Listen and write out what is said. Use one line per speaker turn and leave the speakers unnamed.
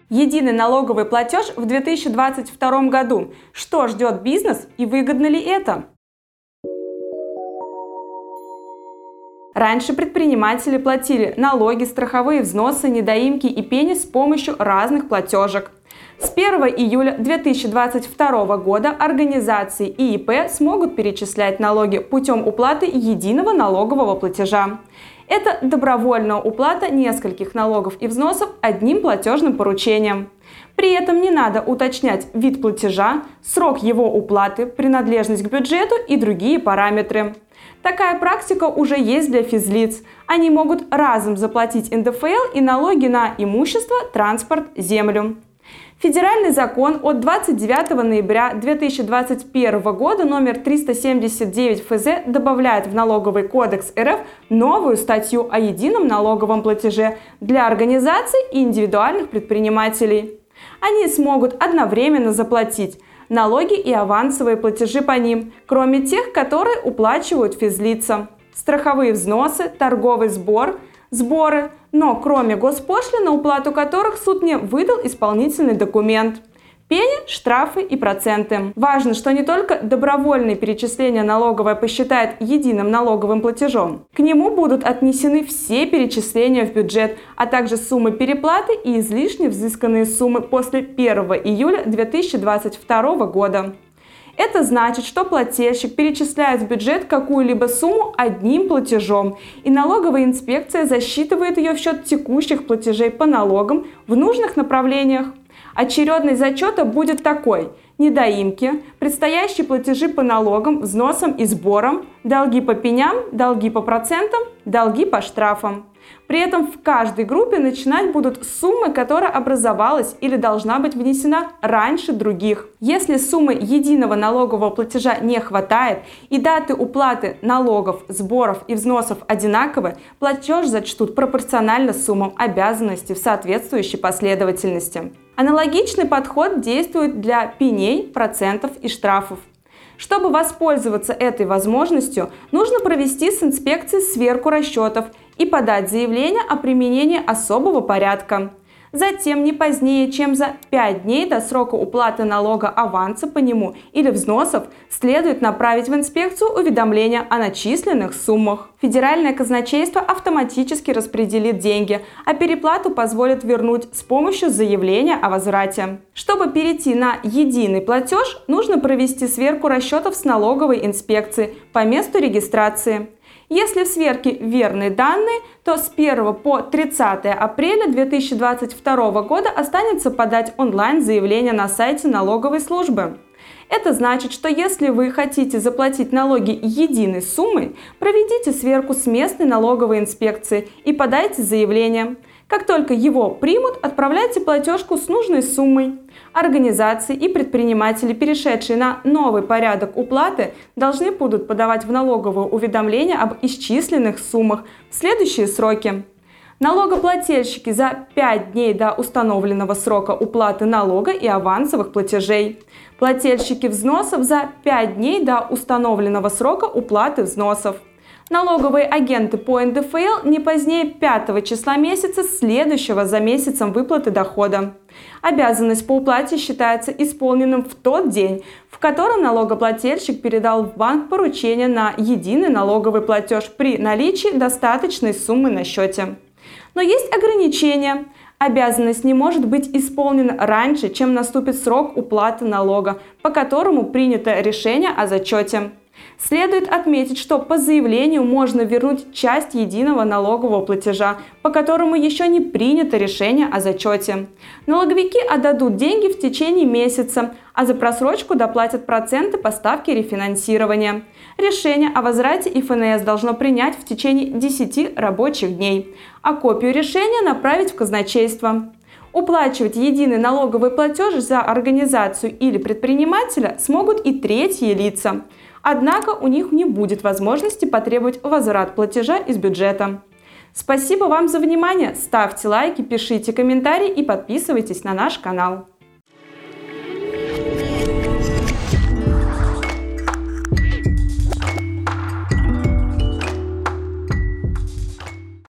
Единый налоговый платеж в 2022 году. Что ждет бизнес и выгодно ли это? Раньше предприниматели платили налоги, страховые взносы, недоимки и пени с помощью разных платежек. С 1 июля 2022 года организации и ИП смогут перечислять налоги путем уплаты единого налогового платежа. Это добровольная уплата нескольких налогов и взносов одним платежным поручением. При этом не надо уточнять вид платежа, срок его уплаты, принадлежность к бюджету и другие параметры. Такая практика уже есть для физлиц. Они могут разом заплатить НДФЛ и налоги на имущество, транспорт, землю. Федеральный закон от 29 ноября 2021 года номер 379 ФЗ добавляет в Налоговый кодекс РФ новую статью о едином налоговом платеже для организаций и индивидуальных предпринимателей. Они смогут одновременно заплатить налоги и авансовые платежи по ним, кроме тех, которые уплачивают физлица, страховые взносы, торговый сбор, сборы, но кроме госпошлин, на уплату которых суд не выдал исполнительный документ. Пени, штрафы и проценты. Важно, что не только добровольные перечисления налоговая посчитает единым налоговым платежом. К нему будут отнесены все перечисления в бюджет, а также суммы переплаты и излишне взысканные суммы после 1 июля 2022 года. Это значит, что плательщик перечисляет в бюджет какую-либо сумму одним платежом, и налоговая инспекция засчитывает ее в счет текущих платежей по налогам в нужных направлениях. Очередность зачета будет такой: недоимки, предстоящие платежи по налогам, взносам и сборам, долги по пеням, долги по процентам, долги по штрафам. При этом в каждой группе начинать будут с суммы, которая образовалась или должна быть внесена раньше других. Если суммы единого налогового платежа не хватает и даты уплаты налогов, сборов и взносов одинаковы, платеж зачтут пропорционально суммам обязанностей в соответствующей последовательности. Аналогичный подход действует для пеней, процентов и штрафов. Чтобы воспользоваться этой возможностью, нужно провести с инспекцией сверку расчетов и подать заявление о применении особого порядка. Затем не позднее, чем за 5 дней до срока уплаты налога аванса по нему или взносов следует направить в инспекцию уведомление о начисленных суммах. Федеральное казначейство автоматически распределит деньги, а переплату позволит вернуть с помощью заявления о возврате. Чтобы перейти на единый платеж, нужно провести сверку расчетов с налоговой инспекцией по месту регистрации. Если в сверке верные данные, то с 1 по 30 апреля 2022 года останется подать онлайн-заявление на сайте налоговой службы. Это значит, что если вы хотите заплатить налоги единой суммой, проведите сверку с местной налоговой инспекцией и подайте заявление. Как только его примут, отправляйте платежку с нужной суммой. Организации и предприниматели, перешедшие на новый порядок уплаты, должны будут подавать в налоговое уведомление об исчисленных суммах в следующие сроки. Налогоплательщики за 5 дней до установленного срока уплаты налога и авансовых платежей. Плательщики взносов за 5 дней до установленного срока уплаты взносов. Налоговые агенты по НДФЛ не позднее 5 числа месяца, следующего за месяцем выплаты дохода. Обязанность по уплате считается исполненным в тот день, в котором налогоплательщик передал в банк поручение на единый налоговый платеж при наличии достаточной суммы на счете. Но есть ограничения. Обязанность не может быть исполнена раньше, чем наступит срок уплаты налога, по которому принято решение о зачете. Следует отметить, что по заявлению можно вернуть часть единого налогового платежа, по которому еще не принято решение о зачете. Налоговики отдадут деньги в течение месяца, а за просрочку доплатят проценты по ставке рефинансирования. Решение о возврате ФНС должно принять в течение 10 рабочих дней, а копию решения направить в казначейство. Уплачивать единый налоговый платеж за организацию или предпринимателя смогут и третьи лица. Однако у них не будет возможности потребовать возврат платежа из бюджета. Спасибо вам за внимание. Ставьте лайки, пишите комментарии и подписывайтесь на наш канал.